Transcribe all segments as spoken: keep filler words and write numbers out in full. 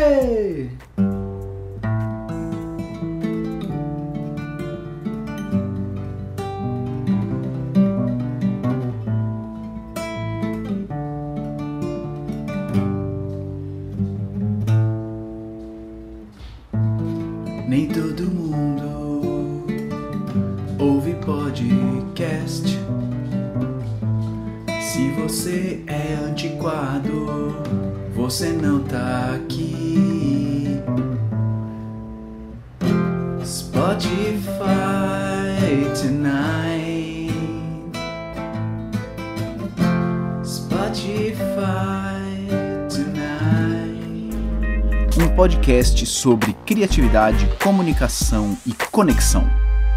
Aê! Nem todo mundo ouve podcast. Se você é antiquado, você não tá aqui. Spotify tonight. Spotify tonight. Um podcast sobre criatividade, comunicação e conexão.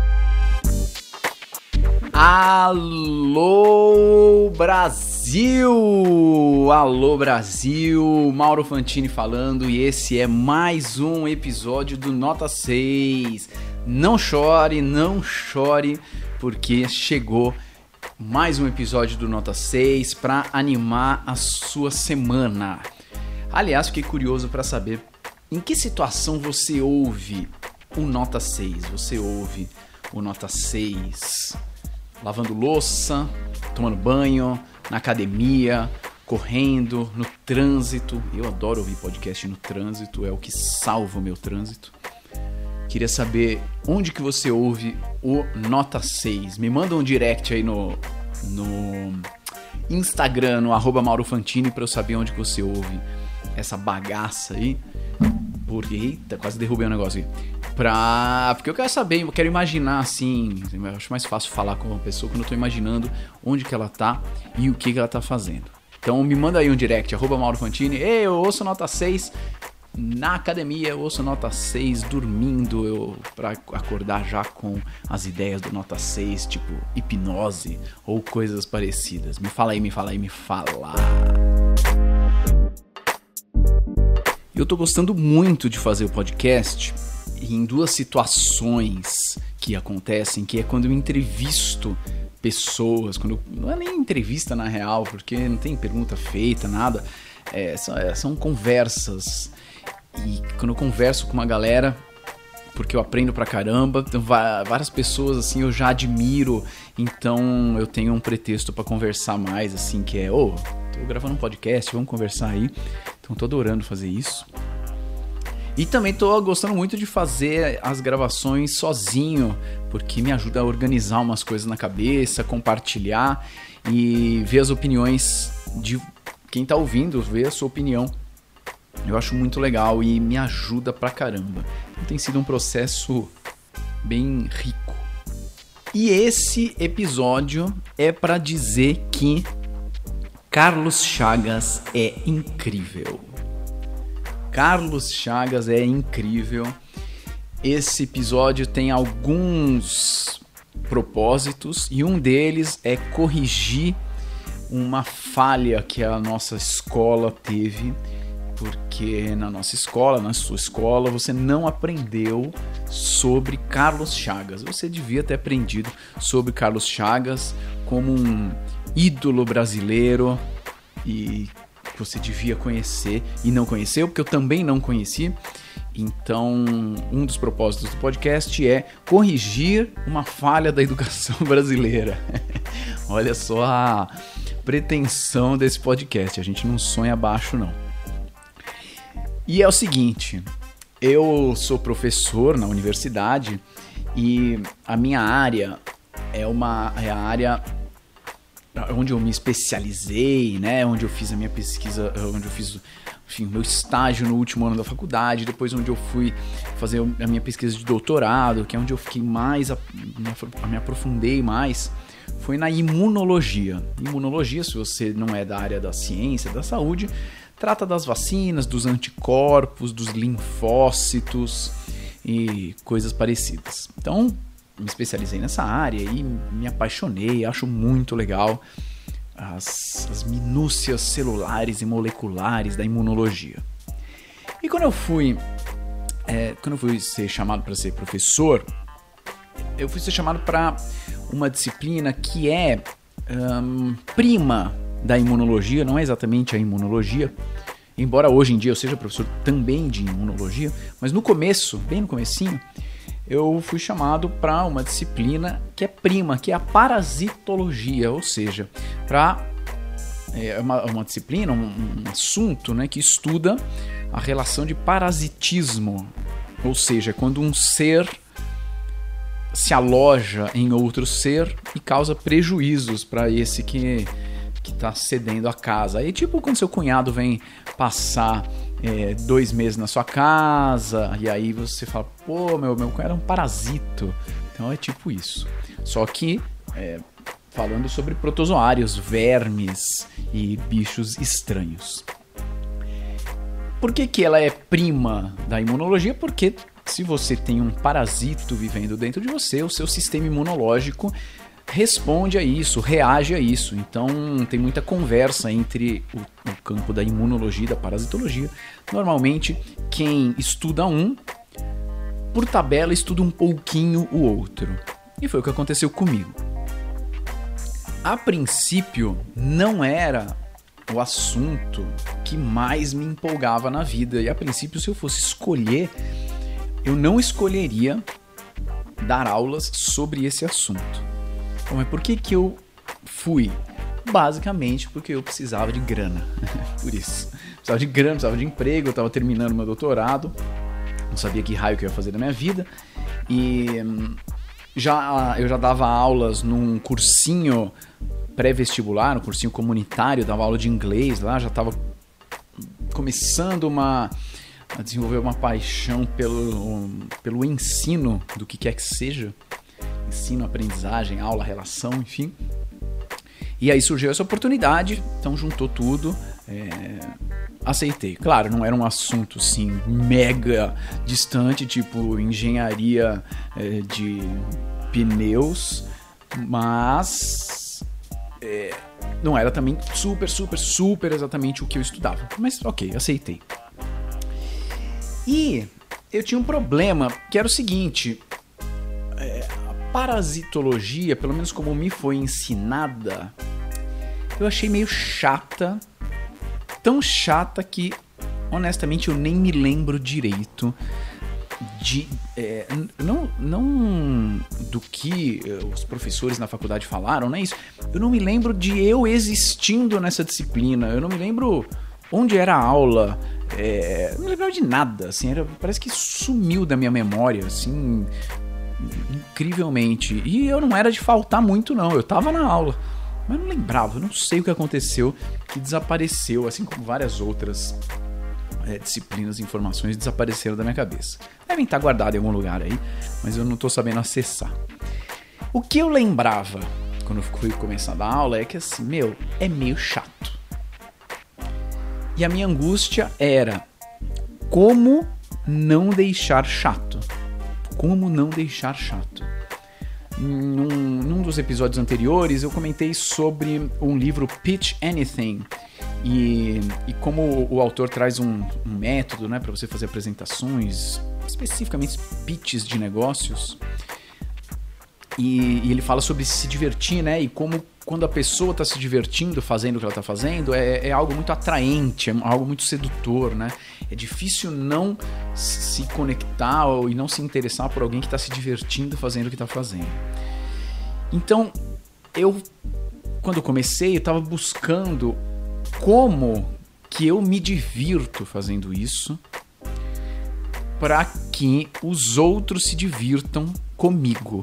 Alô Brasil! Alô Brasil! Mauro Fantini falando e esse é mais um episódio do Nota seis. Não chore, não chore, porque chegou mais um episódio do Nota seis para animar a sua semana. Aliás, fiquei curioso para saber em que situação você ouve o Nota seis. Você ouve o Nota seis lavando louça, tomando banho, na academia, correndo, no trânsito. Eu adoro ouvir podcast no trânsito, é o que salva o meu trânsito. Queria saber onde que você ouve o Nota seis. Me manda um direct aí no, no Instagram, no arroba Mauro Fantini, pra eu saber onde que você ouve essa bagaça aí. Porque, eita, quase derrubei um negócio aqui. Pra... Porque eu quero saber, eu quero imaginar assim. Eu acho mais fácil falar com uma pessoa quando eu tô imaginando onde que ela tá e o que que ela tá fazendo. Então me manda aí um direct, arroba Mauro Fantini. Ei, eu ouço Nota seis na academia, eu ouço Nota seis dormindo, eu, pra acordar já com as ideias do Nota seis, tipo hipnose ou coisas parecidas. Me fala aí, me fala aí, me fala. Eu tô gostando muito de fazer o podcast em duas situações que acontecem, que é quando eu entrevisto pessoas, quando eu, não é nem entrevista na real, porque não tem pergunta feita, nada, é, são, é, são conversas, e quando eu converso com uma galera, porque eu aprendo pra caramba, então, várias pessoas assim eu já admiro, então eu tenho um pretexto pra conversar mais, assim, que é, ô, oh, tô gravando um podcast, vamos conversar aí, então tô adorando fazer isso. E também tô gostando muito de fazer as gravações sozinho, porque me ajuda a organizar umas coisas na cabeça, compartilhar e ver as opiniões de quem tá ouvindo, ver a sua opinião. Eu acho muito legal e me ajuda pra caramba. Tem sido um processo bem rico. E esse episódio é pra dizer que Carlos Chagas é incrível. Carlos Chagas é incrível. Esse episódio tem alguns propósitos e um deles é corrigir uma falha que a nossa escola teve, porque na nossa escola, na sua escola, você não aprendeu sobre Carlos Chagas. Você devia ter aprendido sobre Carlos Chagas como um ídolo brasileiro e você devia conhecer e não conheceu, porque eu também não conheci. Então, um dos propósitos do podcast é corrigir uma falha da educação brasileira. Olha só a pretensão desse podcast, a gente não sonha baixo, não. E é o seguinte, eu sou professor na universidade e a minha área é, uma, é a área onde eu me especializei, né? Onde eu fiz a minha pesquisa, onde eu fiz, enfim, o meu estágio no último ano da faculdade, depois onde eu fui fazer a minha pesquisa de doutorado, que é onde eu fiquei mais, me aprofundei mais, foi na imunologia. Imunologia, se você não é da área da ciência, da saúde, trata das vacinas, dos anticorpos, dos linfócitos e coisas parecidas. Então, me especializei nessa área e me apaixonei, acho muito legal as, as minúcias celulares e moleculares da imunologia. E quando eu fui, é, quando eu fui ser chamado para ser professor, eu fui ser chamado para uma disciplina que é um, prima da imunologia, não é exatamente a imunologia, embora hoje em dia eu seja professor também de imunologia, mas no começo, bem no comecinho, eu fui chamado para uma disciplina que é prima, que é a parasitologia, ou seja, para é uma, uma disciplina, um, um assunto, né, que estuda a relação de parasitismo, ou seja, quando um ser se aloja em outro ser e causa prejuízos para esse que que está cedendo a casa. Aí tipo quando seu cunhado vem passar é, dois meses na sua casa e aí você fala, pô, meu, meu cunhado é um parasito. Então é tipo isso. Só que é, falando sobre protozoários, vermes e bichos estranhos. Por que que ela é prima da imunologia? Porque se você tem um parasito vivendo dentro de você, o seu sistema imunológico responde a isso, reage a isso. Então tem muita conversa entre o, o campo da imunologia e da parasitologia. Normalmente quem estuda um, por tabela estuda um pouquinho o outro. E foi o que aconteceu comigo. A princípio não era o assunto que mais me empolgava na vida. E a princípio, se eu fosse escolher, eu não escolheria dar aulas sobre esse assunto. Então, mas por que que eu fui? Basicamente porque eu precisava de grana. Por isso. Precisava de grana, precisava de emprego, eu estava terminando meu doutorado, não sabia que raio que eu ia fazer da minha vida. E já, eu já dava aulas num cursinho pré-vestibular, um cursinho comunitário, dava aula de inglês lá, já estava começando uma, a desenvolver uma paixão pelo, pelo ensino do que quer que seja. Ensino, aprendizagem, aula, relação, enfim. E aí surgiu essa oportunidade, então juntou tudo, é, aceitei. Claro, não era um assunto assim mega distante, tipo engenharia é, de pneus, mas é, não era também super, super, super exatamente o que eu estudava. Mas ok, aceitei. E eu tinha um problema, que era o seguinte... É, parasitologia, pelo menos como me foi ensinada, eu achei meio chata, tão chata que honestamente eu nem me lembro direito de é, não, não do que os professores na faculdade falaram, não é isso. Eu não me lembro de eu existindo nessa disciplina, eu não me lembro onde era a aula, é, não me lembrava de nada, assim, era, parece que sumiu da minha memória, assim, incrivelmente. E eu não era de faltar muito não, eu tava na aula, mas não lembrava, eu não sei o que aconteceu, que desapareceu, assim como várias outras é, disciplinas e informações desapareceram da minha cabeça. Devem estar guardadas em algum lugar aí, mas eu não tô sabendo acessar. O que eu lembrava quando eu fui começar a dar aula é que assim, meu, é meio chato. E a minha angústia era como não deixar chato. Como não deixar chato? Num, num dos episódios anteriores eu comentei sobre um livro Pitch Anything e, e como o autor traz um, um método, né, para você fazer apresentações, especificamente pitches de negócios, e, e ele fala sobre se divertir, né, e como quando a pessoa está se divertindo fazendo o que ela está fazendo, é, é algo muito atraente, é algo muito sedutor, né? É difícil não se conectar ou, e não se interessar por alguém que está se divertindo fazendo o que está fazendo. Então, eu, quando eu comecei, eu estava buscando como que eu me divirto fazendo isso para que os outros se divirtam comigo.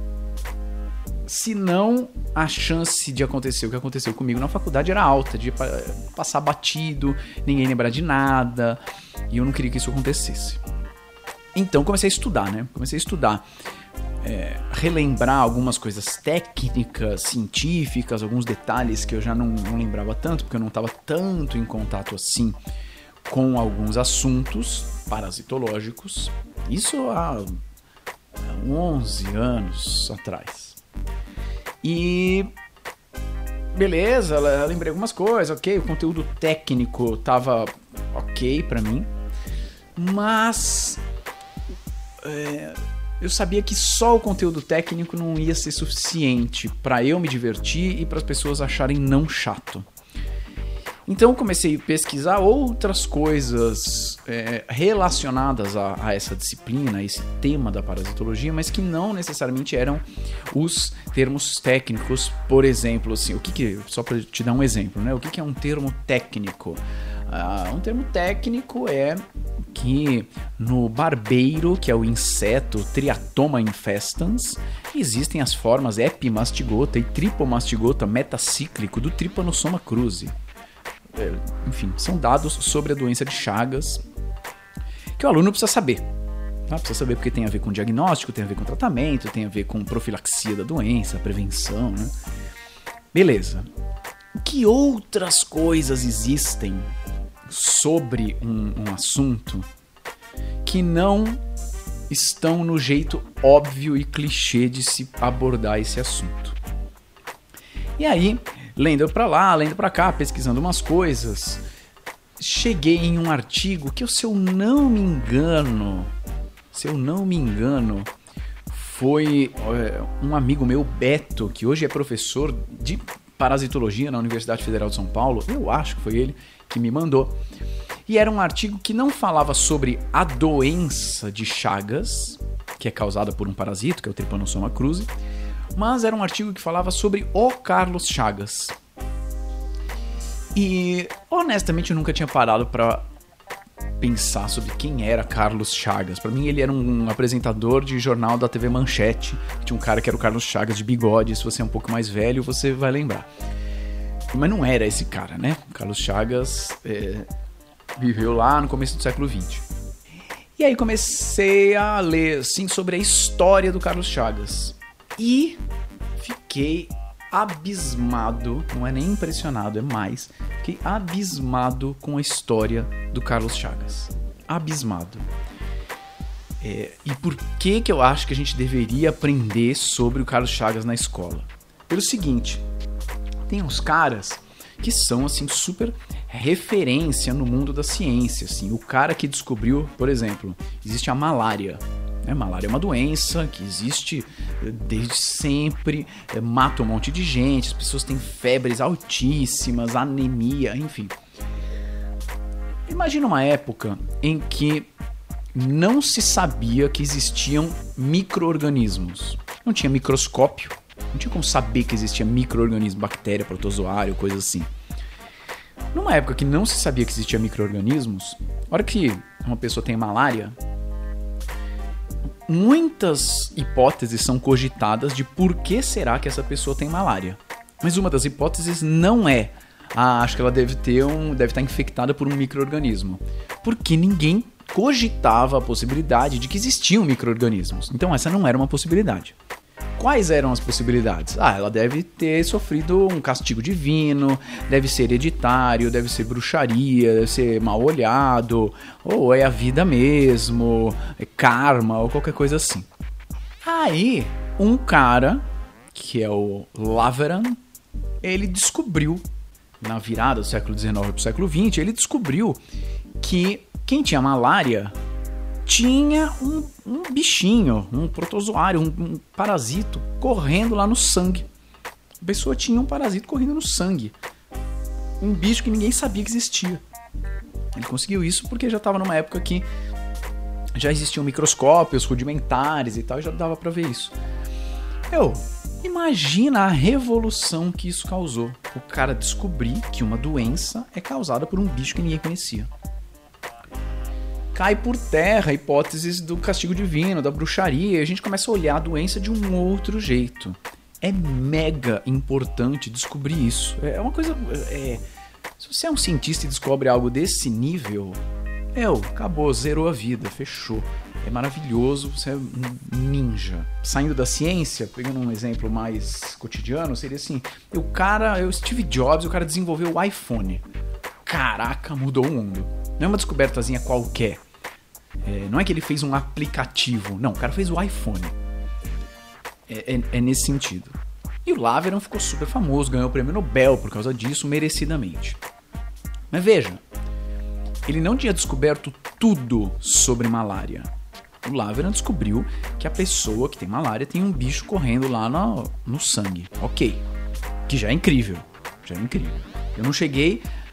Senão, a chance de acontecer o que aconteceu comigo na faculdade era alta, de passar batido, ninguém lembrar de nada, e eu não queria que isso acontecesse. Então, comecei a estudar, né? Comecei a estudar, é, relembrar algumas coisas técnicas, científicas, alguns detalhes que eu já não, não lembrava tanto, porque eu não estava tanto em contato assim com alguns assuntos parasitológicos. Isso há onze anos atrás. E beleza, eu lembrei algumas coisas, ok, o conteúdo técnico tava ok pra mim, mas é, eu sabia que só o conteúdo técnico não ia ser suficiente pra eu me divertir e para as pessoas acharem não chato. Então eu comecei a pesquisar outras coisas é, relacionadas a, a essa disciplina, a esse tema da parasitologia, mas que não necessariamente eram os termos técnicos. Por exemplo, assim, o que que, só para te dar um exemplo, né? O que que é um termo técnico? Uh, um termo técnico é que no barbeiro, que é o inseto Triatoma infestans, existem as formas epimastigota e tripomastigota metacíclico do Trypanosoma cruzi. Enfim, são dados sobre a doença de Chagas que o aluno precisa saber. Tá? Precisa saber porque tem a ver com diagnóstico, tem a ver com tratamento, tem a ver com profilaxia da doença, prevenção, né? Beleza. Que outras coisas existem sobre um, um assunto que não estão no jeito óbvio e clichê de se abordar esse assunto? E aí, lendo pra lá, lendo pra cá, pesquisando umas coisas, cheguei em um artigo que, se eu não me engano, se eu não me engano, foi é, um amigo meu, Beto, que hoje é professor de parasitologia na Universidade Federal de São Paulo, eu acho que foi ele que me mandou. E era um artigo que não falava sobre a doença de Chagas, que é causada por um parasito, que é o Trypanosoma cruzi, mas era um artigo que falava sobre o Carlos Chagas. E, honestamente, eu nunca tinha parado para pensar sobre quem era Carlos Chagas. Para mim, ele era um apresentador de jornal da T V Manchete. Tinha um cara que era o Carlos Chagas de bigode. Se você é um pouco mais velho, você vai lembrar. Mas não era esse cara, né? O Carlos Chagas é, viveu lá no começo do século vinte. E aí comecei a ler, assim, sobre a história do Carlos Chagas. E fiquei abismado, não é nem impressionado, é mais, fiquei abismado com a história do Carlos Chagas. Abismado. É, e por que que eu acho que a gente deveria aprender sobre o Carlos Chagas na escola? Pelo seguinte, tem uns caras que são, assim, super referência no mundo da ciência, assim. O cara que descobriu, por exemplo, existe a malária. É, malária é uma doença que existe desde sempre, é, mata um monte de gente, as pessoas têm febres altíssimas, anemia, enfim. Imagina uma época em que não se sabia que existiam micro-organismos. Não tinha microscópio, não tinha como saber que existia micro-organismo, bactéria, protozoário, coisa assim. Numa época que não se sabia que existia micro-organismos, na hora que uma pessoa tem malária, muitas hipóteses são cogitadas de por que será que essa pessoa tem malária. Mas uma das hipóteses não é, ah, acho que ela deve ter um, deve estar infectada por um micro-organismo. Porque ninguém cogitava a possibilidade de que existiam micro-organismos. Então essa não era uma possibilidade. Quais eram as possibilidades? Ah, ela deve ter sofrido um castigo divino, deve ser hereditário, deve ser bruxaria, deve ser mal olhado, ou é a vida mesmo, é karma, ou qualquer coisa assim. Aí, um cara, que é o Laveran, ele descobriu, na virada do século dezenove para o século vinte, ele descobriu que quem tinha malária tinha um, um bichinho, um protozoário, um, um parasito correndo lá no sangue. A pessoa tinha um parasito correndo no sangue. Um bicho que ninguém sabia que existia. Ele conseguiu isso porque já estava numa época que já existiam microscópios rudimentares e tal, e já dava para ver isso. Eu, imagina a revolução que isso causou. O cara descobrir que uma doença é causada por um bicho que ninguém conhecia. Cai por terra hipóteses do castigo divino, da bruxaria, e a gente começa a olhar a doença de um outro jeito. É mega importante descobrir isso. É uma coisa... É, se você é um cientista e descobre algo desse nível, é, acabou, zerou a vida, fechou. É maravilhoso, você é um ninja. Saindo da ciência, pegando um exemplo mais cotidiano, seria assim, o cara, o Steve Jobs, o cara desenvolveu o iPhone. Caraca, mudou o mundo. Não é uma descobertazinha qualquer. É, não é que ele fez um aplicativo. Não, o cara fez o iPhone. É, é, é nesse sentido. E o Laveran ficou super famoso, ganhou o prêmio Nobel por causa disso, merecidamente. Mas veja, ele não tinha descoberto tudo sobre malária. O Laveran descobriu que a pessoa que tem malária tem um bicho correndo lá no, no sangue. Ok. Que já é incrível. Já é incrível. Eu não cheguei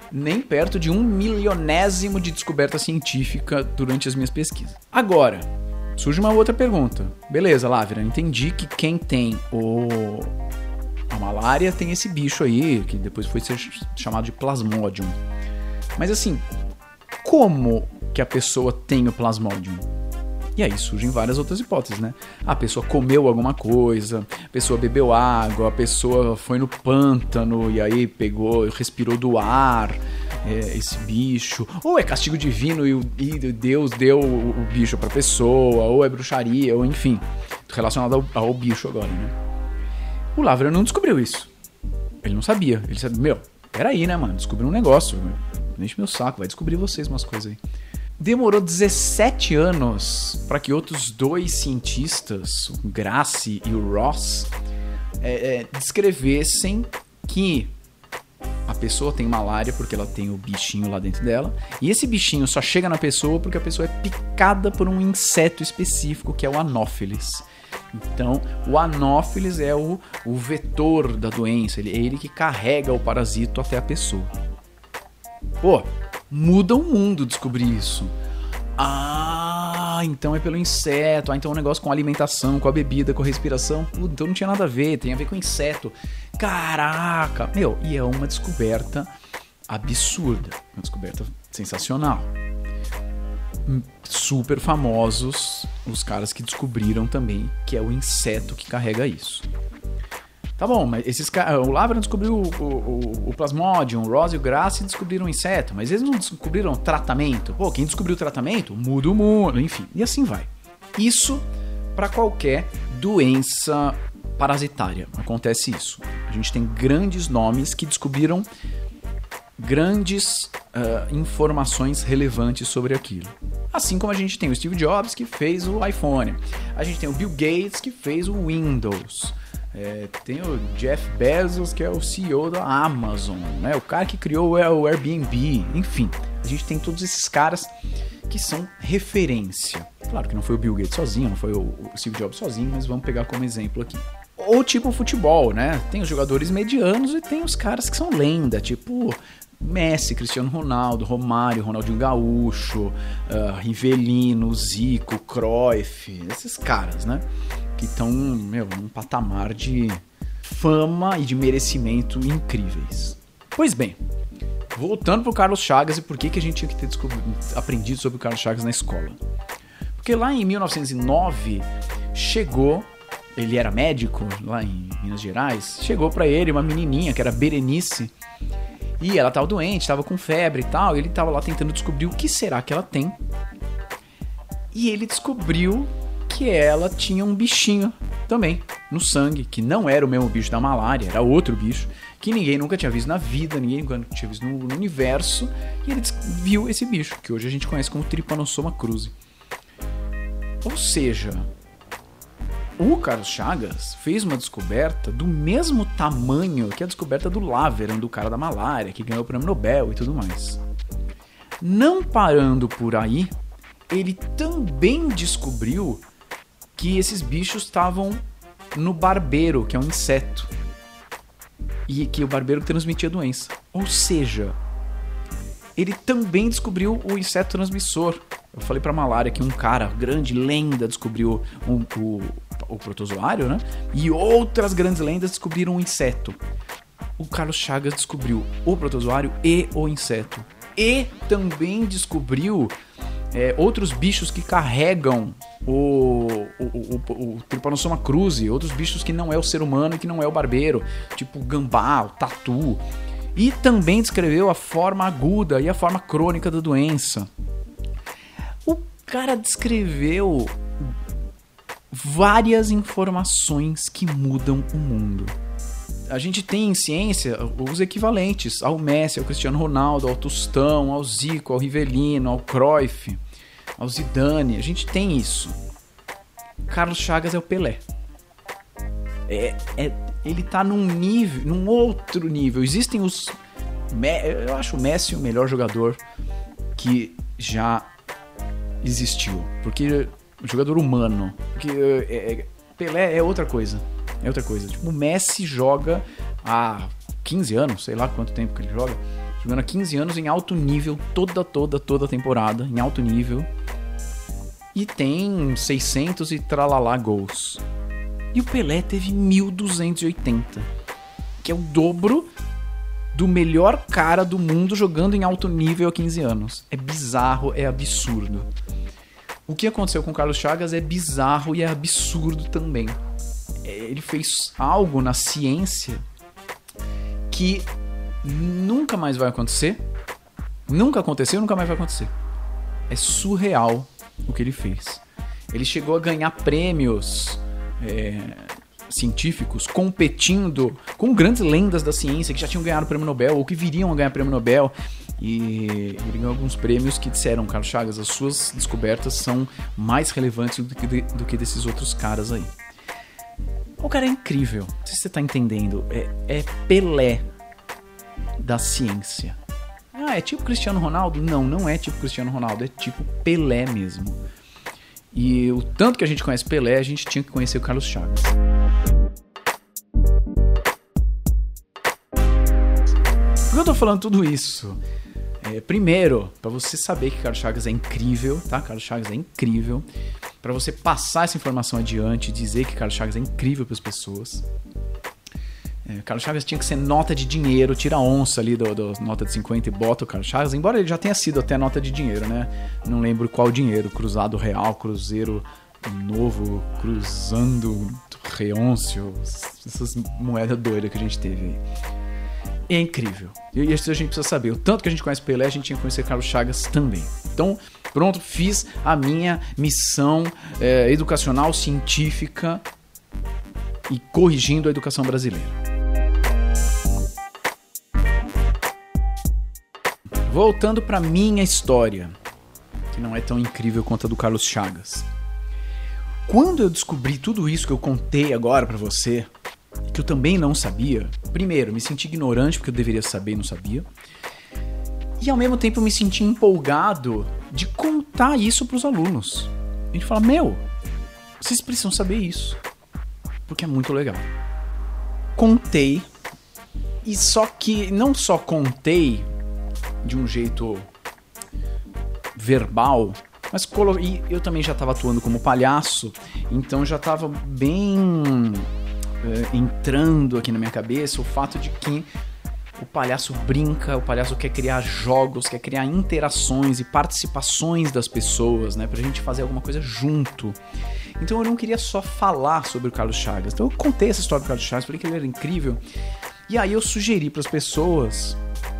nem perto de um milionésimo de descoberta científica durante as minhas pesquisas. Agora, surge uma outra pergunta. Beleza, Lávera, entendi que quem tem o... a malária tem esse bicho aí, que depois foi ser chamado de Plasmodium. Mas assim, como que a pessoa tem o Plasmodium? E aí surgem várias outras hipóteses, né? A pessoa comeu alguma coisa, a pessoa bebeu água, a pessoa foi no pântano e aí pegou, respirou do ar é, esse bicho. Ou é castigo divino e, e Deus deu o, o bicho pra pessoa, ou é bruxaria, ou enfim, relacionado ao, ao bicho agora, né? O Lávera não descobriu isso. Ele não sabia. Ele sabia, meu, peraí, né, mano? Descobriu um negócio. Não enche meu saco, vai descobrir vocês umas coisas aí. Demorou dezessete anos para que outros dois cientistas, o Grassi e o Ross, é, é, descrevessem que a pessoa tem malária porque ela tem o bichinho lá dentro dela, e esse bichinho só chega na pessoa porque a pessoa é picada por um inseto específico que é o Anopheles. Então, o Anopheles é o, o vetor da doença, ele, é ele que carrega o parasito até a pessoa. Pô, muda o mundo descobrir isso. Ah, então é pelo inseto. Ah, então é um negócio com alimentação, com a bebida, com a respiração. Pô, então não tinha nada a ver, tem a ver com inseto. Caraca! Meu, e é uma descoberta absurda. Uma descoberta sensacional. Super famosos os caras que descobriram também que é o inseto que carrega isso. Tá bom, mas esses caras, o Lávera descobriu o, o, o Plasmodium, o Ross e o Grassi descobriram o inseto, mas eles não descobriram tratamento. Pô, quem descobriu o tratamento muda o mundo, enfim, e assim vai. Isso para qualquer doença parasitária, acontece isso. A gente tem grandes nomes que descobriram grandes uh, informações relevantes sobre aquilo. Assim como a gente tem o Steve Jobs, que fez o iPhone. A gente tem o Bill Gates, que fez o Windows. É, tem o Jeff Bezos, que é o C E O da Amazon, né? O cara que criou o Airbnb. Enfim, a gente tem todos esses caras que são referência. Claro que não foi o Bill Gates sozinho, não foi o Steve Jobs sozinho, mas vamos pegar como exemplo aqui. Ou tipo futebol, né? Tem os jogadores medianos e tem os caras que são lenda, tipo Messi, Cristiano Ronaldo, Romário, Ronaldinho Gaúcho, uh, Rivelino, Zico, Cruyff, esses caras, né? Que estão, meu, num patamar de fama e de merecimento incríveis. Pois bem, voltando pro Carlos Chagas e por que, que a gente tinha que ter aprendido sobre o Carlos Chagas na escola. Porque lá em mil novecentos e nove chegou, ele era médico lá em Minas Gerais, chegou pra ele uma menininha que era Berenice, e ela tava doente, tava com febre e tal, e ele tava lá tentando descobrir o que será que ela tem. E ele descobriu que ela tinha um bichinho também no sangue, que não era o mesmo bicho da malária, era outro bicho, que ninguém nunca tinha visto na vida, ninguém nunca tinha visto no, no universo, e ele viu esse bicho, que hoje a gente conhece como Trypanosoma cruzi. Ou seja, o Carlos Chagas fez uma descoberta do mesmo tamanho que a descoberta do Lávera, do cara da malária, que ganhou o prêmio Nobel e tudo mais. Não parando por aí, ele também descobriu que esses bichos estavam no barbeiro, que é um inseto, e que o barbeiro transmitia doença. Ou seja, ele também descobriu o inseto transmissor. Eu falei pra malária que um cara, grande lenda, descobriu um, o, o protozoário, né? E outras grandes lendas descobriram um inseto. O Carlos Chagas descobriu o protozoário e o inseto. E também descobriu é, outros bichos que carregam o, o, o, o, o Trypanosoma cruzi, outros bichos que não é o ser humano e que não é o barbeiro, tipo o gambá, o tatu. E também descreveu a forma aguda e a forma crônica da doença. O cara descreveu várias informações que mudam o mundo. A gente tem em ciência os equivalentes ao Messi, ao Cristiano Ronaldo, ao Tostão, ao Zico, ao Rivelino, ao Cruyff, ao Zidane. A gente tem isso. Carlos Chagas é o Pelé. É, é, ele tá num nível, num outro nível. Existem os... Eu acho o Messi o melhor jogador que já existiu. Porque o jogador humano. Porque é, é, Pelé é outra coisa. É outra coisa. Tipo, o Messi joga há quinze anos, sei lá quanto tempo que ele joga. Jogando há quinze anos em alto nível, toda, toda, toda temporada, em alto nível. E tem seiscentos e tralalá gols. E o Pelé teve mil duzentos e oitenta, que é o dobro do melhor cara do mundo jogando em alto nível há quinze anos. É bizarro, é absurdo. O que aconteceu com o Carlos Chagas é bizarro e é absurdo também. Ele fez algo na ciência que nunca mais vai acontecer. Nunca aconteceu, nunca mais vai acontecer. É surreal o que ele fez. Ele chegou a ganhar prêmios é, científicos competindo com grandes lendas da ciência que já tinham ganhado o prêmio Nobel ou que viriam a ganhar o prêmio Nobel. E ele ganhou alguns prêmios que disseram: Carlos Chagas, as suas descobertas são mais relevantes do que, de, do que desses outros caras aí. O cara é incrível. Não sei se você tá entendendo. É, é Pelé da ciência. Ah, é tipo Cristiano Ronaldo? Não, não é tipo Cristiano Ronaldo. É tipo Pelé mesmo. E o tanto que a gente conhece Pelé, a gente tinha que conhecer o Carlos Chagas. Por que eu tô falando tudo isso? É, primeiro, para você saber que Carlos Chagas é incrível, tá? Carlos Chagas é incrível. Para você passar essa informação adiante, dizer que Carlos Chagas é incrível para as pessoas. É, Carlos Chagas tinha que ser nota de dinheiro, tira a onça ali da nota de cinquenta e bota o Carlos Chagas, embora ele já tenha sido até nota de dinheiro, né? Não lembro qual dinheiro, cruzado real, cruzeiro novo, cruzando reôncio, essas moedas doidas que a gente teve aí. É incrível. E isso a gente precisa saber. O tanto que a gente conhece Pelé, a gente tinha que conhecer Carlos Chagas também. Então, pronto, fiz a minha missão é, educacional, científica e corrigindo a educação brasileira. Voltando para minha história, que não é tão incrível quanto a do Carlos Chagas. Quando eu descobri tudo isso que eu contei agora para você, que eu também não sabia, primeiro, me senti ignorante porque eu deveria saber e não sabia. E ao mesmo tempo me senti empolgado de contar isso para os alunos. A gente fala, meu, vocês precisam saber isso, porque é muito legal. Contei, e só que não só contei de um jeito verbal, mas colo... e eu também já estava atuando como palhaço, então já estava bem é, entrando aqui na minha cabeça o fato de que o palhaço brinca, o palhaço quer criar jogos, quer criar interações e participações das pessoas, né, pra gente fazer alguma coisa junto. Então eu não queria só falar sobre o Carlos Chagas. Então eu contei essa história do Carlos Chagas, falei que ele era incrível. E aí eu sugeri para as pessoas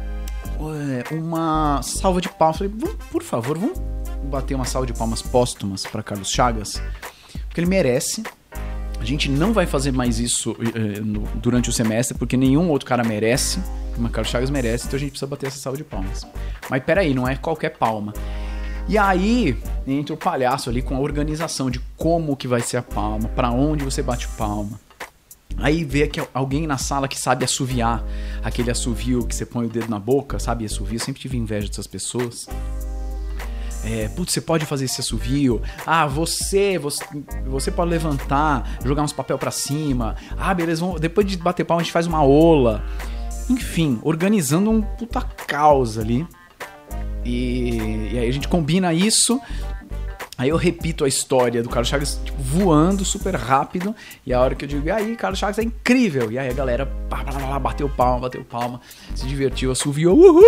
uma salva de palmas. Falei, por favor, vamos bater uma salva de palmas póstumas para Carlos Chagas, porque ele merece. A gente não vai fazer mais isso eh, no, durante o semestre, porque nenhum outro cara merece, mas Carlos Chagas merece, então a gente precisa bater essa salva de palmas. Mas peraí, não é qualquer palma. E aí entra o palhaço ali com a organização de como que vai ser a palma, para onde você bate palma. Aí vê que alguém na sala que sabe assoviar, aquele assovio que você põe o dedo na boca, sabe assovio, eu sempre tive inveja dessas pessoas. É, putz, você pode fazer esse assovio. Ah, você, você, você pode levantar, jogar uns papel pra cima. Ah, beleza, vamos, depois de bater palma a gente faz uma ola. Enfim, organizando um puta caos ali. E, e aí a gente combina isso. Aí eu repito a história do Carlos Chagas tipo, voando super rápido. E a hora que eu digo, e aí, Carlos Chagas é incrível. E aí a galera pá, pá, pá, bateu palma, bateu palma, se divertiu, assoviou, uhul,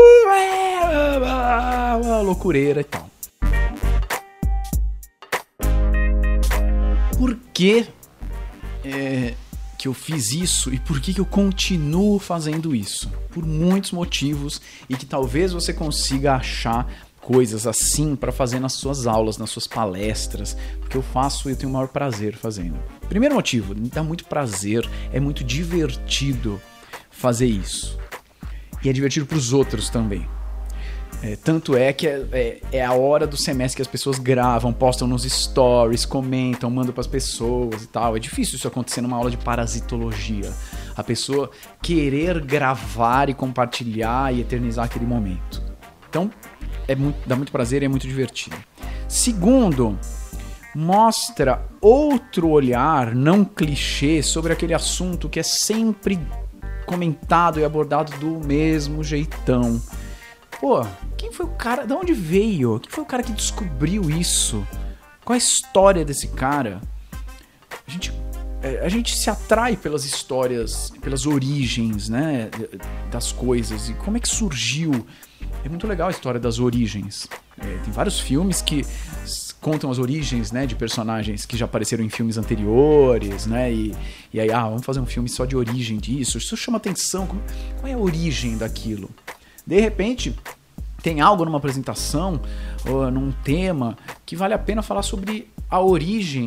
é, loucureira e tal. Por que, é, que eu fiz isso e por que, que eu continuo fazendo isso? Por muitos motivos e que talvez você consiga achar coisas assim para fazer nas suas aulas, nas suas palestras, porque eu faço e eu tenho o maior prazer fazendo. Primeiro motivo, me dá muito prazer, é muito divertido fazer isso. E é divertido para os outros também. É, tanto é que é, é, é a hora do semestre que as pessoas gravam, postam nos stories, comentam, mandam para as pessoas e tal. É difícil isso acontecer numa aula de parasitologia. A pessoa querer gravar e compartilhar e eternizar aquele momento. Então, é muito, dá muito prazer e é muito divertido. Segundo, mostra outro olhar não clichê sobre aquele assunto que é sempre comentado e abordado do mesmo jeitão. pô, quem foi o cara, de onde veio? Quem foi o cara que descobriu isso? Qual é a história desse cara? A gente, a gente se atrai pelas histórias, pelas origens, né, das coisas. E como é que surgiu? É muito legal a história das origens. É, tem vários filmes que contam as origens, né, de personagens que já apareceram em filmes anteriores, né, e, e aí, ah, vamos fazer um filme só de origem disso. Isso chama atenção. Qual é a origem daquilo? De repente, tem algo numa apresentação ou num tema que vale a pena falar sobre a origem,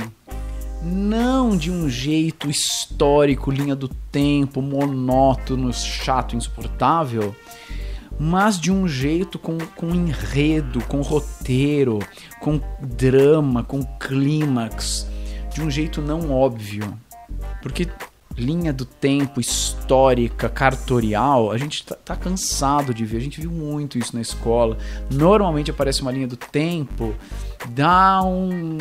não de um jeito histórico, linha do tempo, monótono, chato, insuportável, mas de um jeito com, com enredo, com roteiro, com drama, com clímax, de um jeito não óbvio. Porque linha do tempo histórica, cartorial, a gente tá, tá cansado de ver, a gente viu muito isso na escola. Normalmente aparece uma linha do tempo, dá um...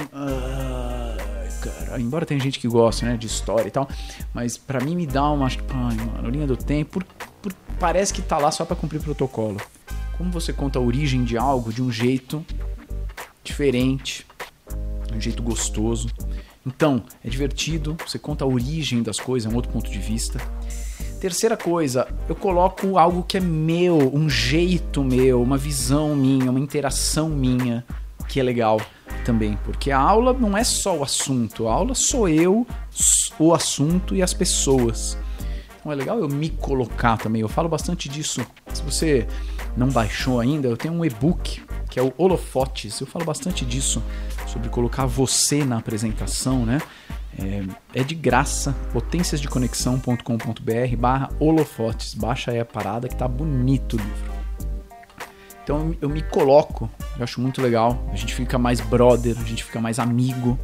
Uh, cara, embora tenha gente que gosta, né, de história e tal, mas pra mim me dá uma... Ai, mano, linha do tempo, por, por, parece que tá lá só pra cumprir protocolo. Como você conta a origem de algo de um jeito diferente, de um jeito gostoso. Então, é divertido, você conta a origem das coisas, é um outro ponto de vista. Terceira coisa, eu coloco algo que é meu, um jeito meu, uma visão minha, uma interação minha, que é legal também. Porque a aula não é só o assunto, a aula sou eu, o assunto e as pessoas. Então é legal eu me colocar também, eu falo bastante disso. Se você não baixou ainda, eu tenho um e-book, que é o Holofotes, eu falo bastante disso, sobre colocar você na apresentação, né? É, é de graça, potenciasdeconexão.com.br barra holofotes, baixa aí a parada que tá bonito o livro. Então eu me coloco, eu acho muito legal, a gente fica mais brother, a gente fica mais amigo.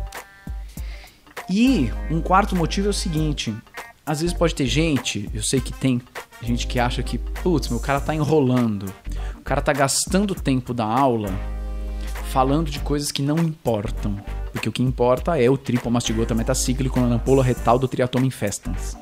E um quarto motivo é o seguinte, às vezes pode ter gente, eu sei que tem gente que acha que, putz, meu cara tá enrolando, o cara tá gastando tempo da aula falando de coisas que não importam, porque o que importa é o tripomastigota metacíclico na ampola retal do triatoma infestans.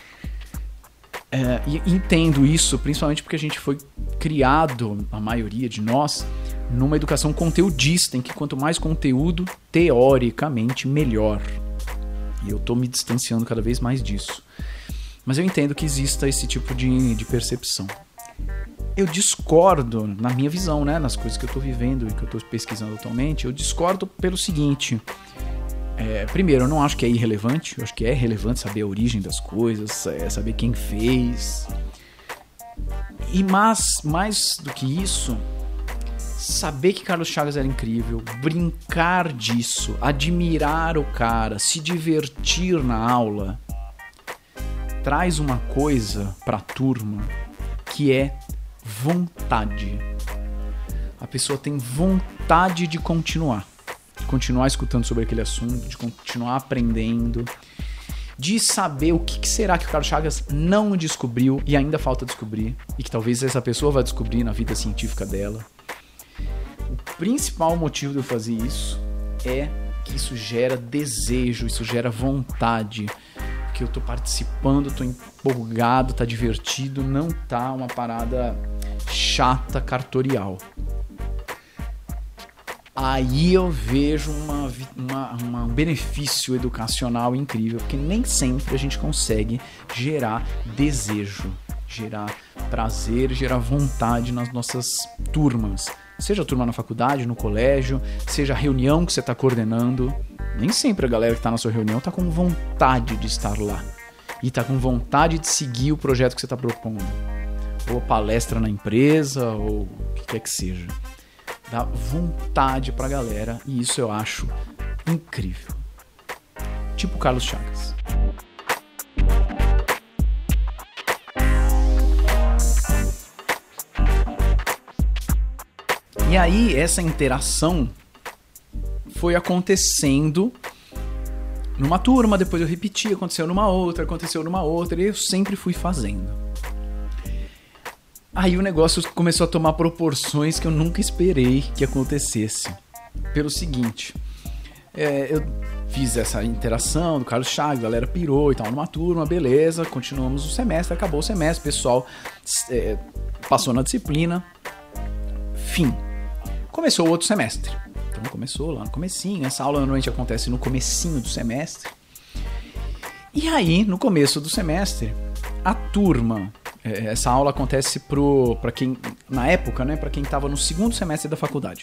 É, e entendo isso, principalmente porque a gente foi criado, a maioria de nós, numa educação conteudista, em que quanto mais conteúdo, teoricamente, melhor. E eu tô me distanciando cada vez mais disso. Mas eu entendo que exista esse tipo de, de percepção. Eu discordo, na minha visão, né, nas coisas que eu estou vivendo e que eu estou pesquisando atualmente, eu discordo pelo seguinte. É, primeiro, eu não acho que é irrelevante, eu acho que é relevante saber a origem das coisas, é, saber quem fez. E mais, mais do que isso, saber que Carlos Chagas era incrível, brincar disso, admirar o cara, se divertir na aula, traz uma coisa para a turma que é vontade. A pessoa tem vontade de continuar, de continuar escutando sobre aquele assunto, de continuar aprendendo, de saber o que será que o Carlos Chagas não descobriu e ainda falta descobrir, e que talvez essa pessoa vá descobrir na vida científica dela. O principal motivo de eu fazer isso é que isso gera desejo, isso gera vontade, que eu tô participando, tô empolgado, tá divertido, não tá uma parada chata, cartorial. Aí eu vejo uma, uma, uma, um benefício educacional incrível, porque nem sempre a gente consegue gerar desejo, gerar prazer, gerar vontade nas nossas turmas. Seja a turma na faculdade, no colégio, seja a reunião que você está coordenando. Nem sempre a galera que está na sua reunião está com vontade de estar lá. E está com vontade de seguir o projeto que você está propondo. Ou a palestra na empresa, ou o que quer que seja. Dá vontade pra galera, e isso eu acho incrível. Tipo Carlos Chagas. E aí, essa interação foi acontecendo numa turma, depois eu repeti, aconteceu numa outra, aconteceu numa outra, e eu sempre fui fazendo. Aí o negócio começou a tomar proporções que eu nunca esperei que acontecesse. Pelo seguinte, é, eu fiz essa interação do Carlos Chagas, a galera pirou e tal, numa turma, beleza, continuamos o semestre, acabou o semestre, o pessoal é, passou na disciplina, Enfim, começou o outro semestre. Então começou lá no comecinho. Essa aula normalmente acontece no comecinho do semestre. E aí, no começo do semestre, a turma... Essa aula acontece para quem, na época, né, para quem estava no segundo semestre da faculdade.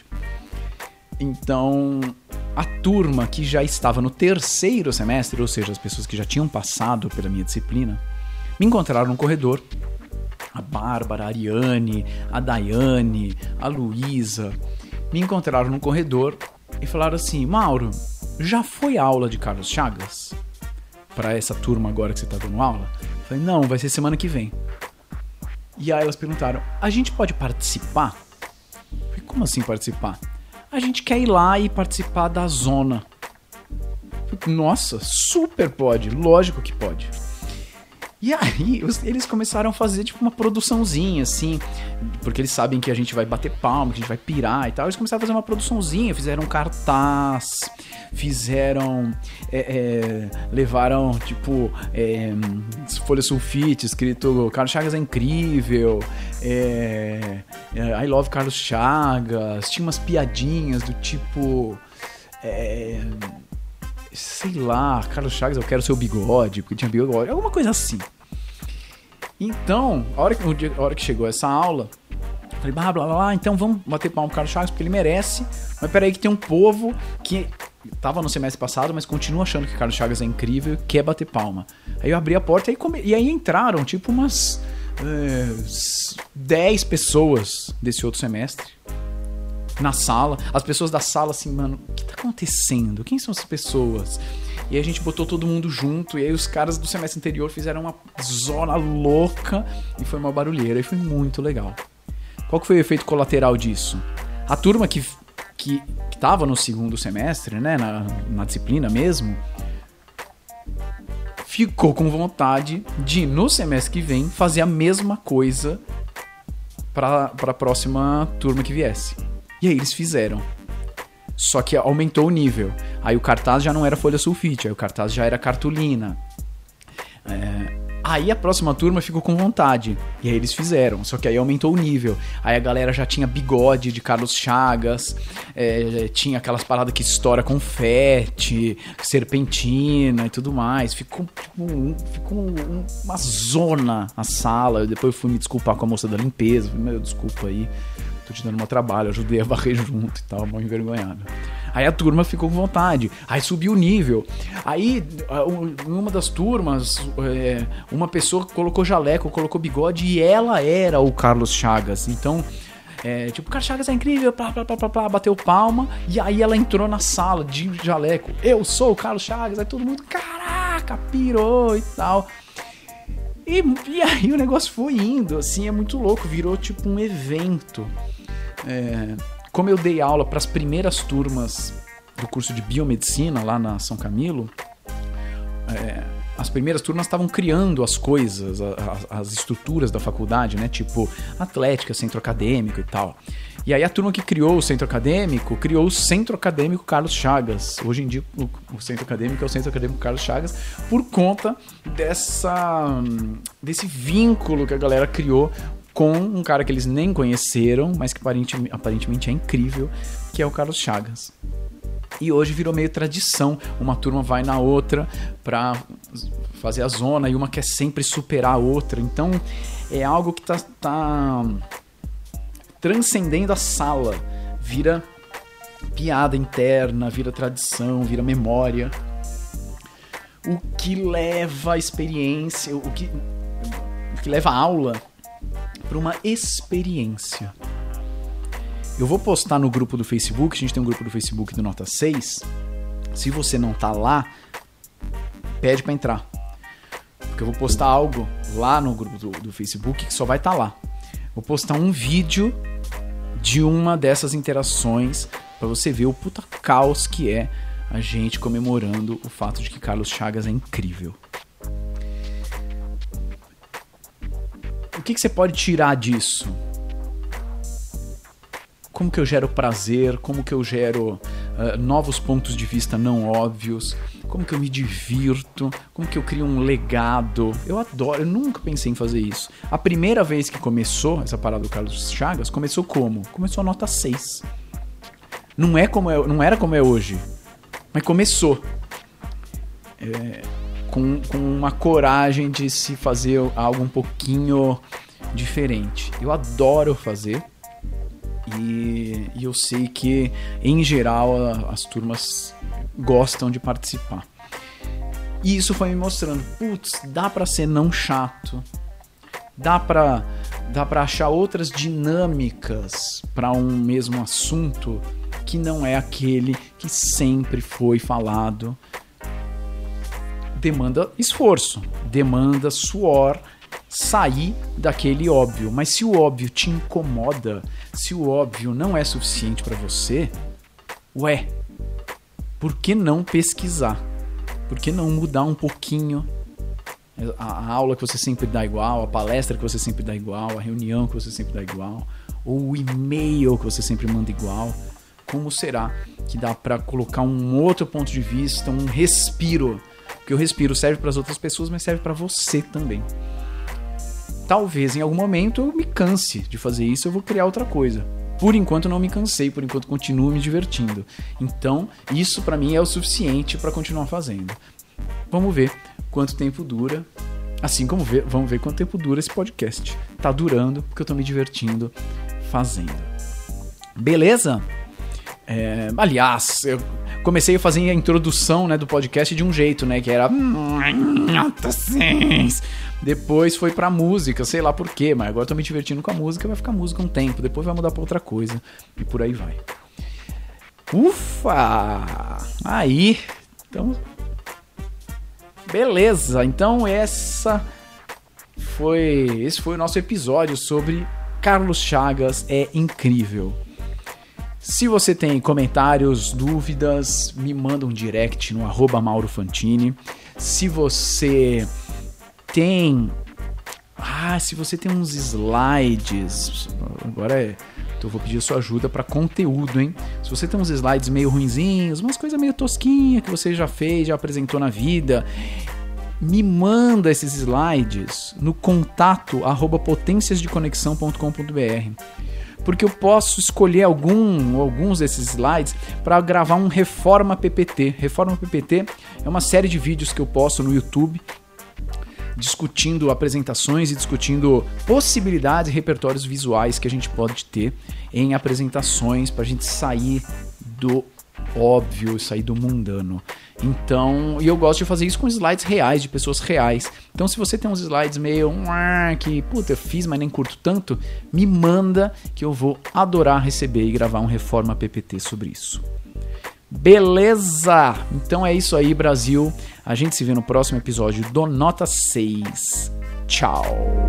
Então, a turma que já estava no terceiro semestre, ou seja, as pessoas que já tinham passado pela minha disciplina, me encontraram no corredor. A Bárbara, a Ariane, a Daiane, a Luísa, me encontraram no corredor e falaram assim: Mauro, já foi aula de Carlos Chagas? Para essa turma agora que você está dando aula? Eu falei, não, vai ser semana que vem. E aí elas perguntaram, a gente pode participar? Eu falei, como assim participar? A gente quer ir lá e participar da zona. Eu falei, nossa, super pode, lógico que pode. E aí eles começaram a fazer tipo uma produçãozinha, assim, porque eles sabem que a gente vai bater palma, que a gente vai pirar e tal. Eles começaram a fazer uma produçãozinha, fizeram um cartaz, fizeram, é, é, levaram tipo é, folha sulfite, escrito Carlos Chagas é incrível, é, é, I love Carlos Chagas, tinha umas piadinhas do tipo... É, sei lá, Carlos Chagas, eu quero seu bigode, porque tinha bigode, alguma coisa assim. Então, a hora que, a hora que chegou essa aula, eu falei, blá, blá, blá, então vamos bater palma pro Carlos Chagas, porque ele merece, mas peraí que tem um povo que tava no semestre passado, mas continua achando que Carlos Chagas é incrível e quer bater palma. Aí eu abri a porta e, come... e aí entraram, tipo, umas é, dez pessoas desse outro semestre. Na sala, as pessoas da sala assim, mano, o que tá acontecendo? Quem são essas pessoas? E aí a gente botou todo mundo junto, e aí os caras do semestre anterior fizeram uma zona louca, e foi uma barulheira, e foi muito legal. Qual que foi o efeito colateral disso? A turma que, que, que tava no segundo semestre, né, na, na disciplina mesmo, ficou com vontade de, no semestre que vem, fazer a mesma coisa para a próxima turma que viesse. E aí eles fizeram. Só que aumentou o nível. Aí o cartaz já não era folha sulfite, aí o cartaz já era cartolina. É... Aí a próxima turma ficou com vontade. E aí eles fizeram. Só que aí aumentou o nível. Aí a galera já tinha bigode de Carlos Chagas. É, tinha aquelas paradas que estoura confete, serpentina e tudo mais. Ficou, tipo, um, ficou um, uma zona a sala. Eu depois fui me desculpar com a moça da limpeza. Falei, meu, desculpa aí. Tô te dando um trabalho, ajudei a varrer junto e tal, mal envergonhado. Aí a turma ficou com vontade, aí subiu o nível. Aí, em uma das turmas, uma pessoa colocou jaleco, colocou bigode e ela era o Carlos Chagas. Então, é, tipo, o Carlos Chagas é incrível, plá, plá, plá, plá, plá, bateu palma. E aí ela entrou na sala de jaleco. Eu sou o Carlos Chagas, aí todo mundo, caraca, pirou e tal. E, e aí o negócio foi indo, assim, é muito louco, virou tipo um evento. É, como eu dei aula para as primeiras turmas do curso de biomedicina lá na São Camilo, é, as primeiras turmas estavam criando as coisas, as, as estruturas da faculdade, né? Tipo atlética, centro acadêmico e tal. E aí a turma que criou o centro acadêmico, criou o Centro Acadêmico Carlos Chagas. Hoje em dia o, o centro acadêmico é o Centro Acadêmico Carlos Chagas por conta dessa, desse vínculo que a galera criou com um cara que eles nem conheceram, mas que aparentemente, aparentemente é incrível, que é o Carlos Chagas. E hoje virou meio tradição, uma turma vai na outra pra fazer a zona e uma quer sempre superar a outra. Então é algo que tá, tá transcendendo a sala, vira piada interna, vira tradição, vira memória. O que leva a experiência, o que, o que leva a aula para uma experiência. Eu vou postar no grupo do Facebook, a gente tem um grupo do Facebook do Nota seis. Se você não tá lá, pede para entrar. Porque eu vou postar algo lá no grupo do, do Facebook que só vai estar tá lá. Vou postar um vídeo de uma dessas interações para você ver o puta caos que é a gente comemorando o fato de que Carlos Chagas é incrível. O que, que você pode tirar disso? Como que eu gero prazer? Como que eu gero uh, novos pontos de vista não óbvios, como que eu me divirto, como que eu crio um legado. Eu adoro, eu nunca pensei em fazer isso. A primeira vez que começou essa parada do Carlos Chagas, começou como? Começou a nota seis. Não, é como é, não era como é hoje, mas começou. É, com, com uma coragem de se fazer algo um pouquinho diferente. Eu adoro fazer e, e eu sei que, em geral, a, as turmas gostam de participar. E isso foi me mostrando, putz, dá pra ser não chato, dá pra, dá pra achar outras dinâmicas para um mesmo assunto que não é aquele que sempre foi falado. Demanda esforço, demanda suor, sair daquele óbvio. Mas se o óbvio te incomoda, se o óbvio não é suficiente para você, ué, por que não pesquisar? Por que não mudar um pouquinho a, a aula que você sempre dá igual, a palestra que você sempre dá igual, a reunião que você sempre dá igual, ou o e-mail que você sempre manda igual? Como será que dá para colocar um outro ponto de vista, um respiro? Porque o respiro serve para as outras pessoas, mas serve para você também. Talvez em algum momento eu me canse de fazer isso, eu vou criar outra coisa. Por enquanto não me cansei, por enquanto continuo me divertindo. Então isso para mim é o suficiente para continuar fazendo. Vamos ver quanto tempo dura. Assim como ver, vamos ver quanto tempo dura esse podcast. Tá durando porque eu tô me divertindo fazendo. Beleza? É, aliás, eu comecei a fazer a introdução, né, do podcast de um jeito, né, que era nota seis. Depois foi pra música, sei lá por quê, mas agora eu tô me divertindo com a música, vai ficar música um tempo, depois vai mudar pra outra coisa e por aí vai. Ufa! Aí, então, beleza. Então essa foi, esse foi o nosso episódio sobre Carlos Chagas é incrível. Se você tem comentários, dúvidas, me manda um direct no arroba Mauro Fantini. Se você tem... Ah, se você tem uns slides... Agora é... Então eu vou pedir a sua ajuda para conteúdo, hein? Se você tem uns slides meio ruinzinhos, umas coisas meio tosquinhas que você já fez, já apresentou na vida... Me manda esses slides no contato arroba potências de conexão ponto com ponto b r. Porque eu posso escolher algum, alguns desses slides para gravar um Reforma P P T. Reforma P P T é uma série de vídeos que eu posto no YouTube discutindo apresentações e discutindo possibilidades e repertórios visuais que a gente pode ter em apresentações para a gente sair do óbvio, sair do mundano. Então, e eu gosto de fazer isso com slides reais, de pessoas reais. Então, se você tem uns slides meio que, puta, eu fiz, mas nem curto tanto, me manda que eu vou adorar receber e gravar um Reforma P P T sobre isso. Beleza? Então é isso aí, Brasil. A gente se vê no próximo episódio do Nota seis. Tchau!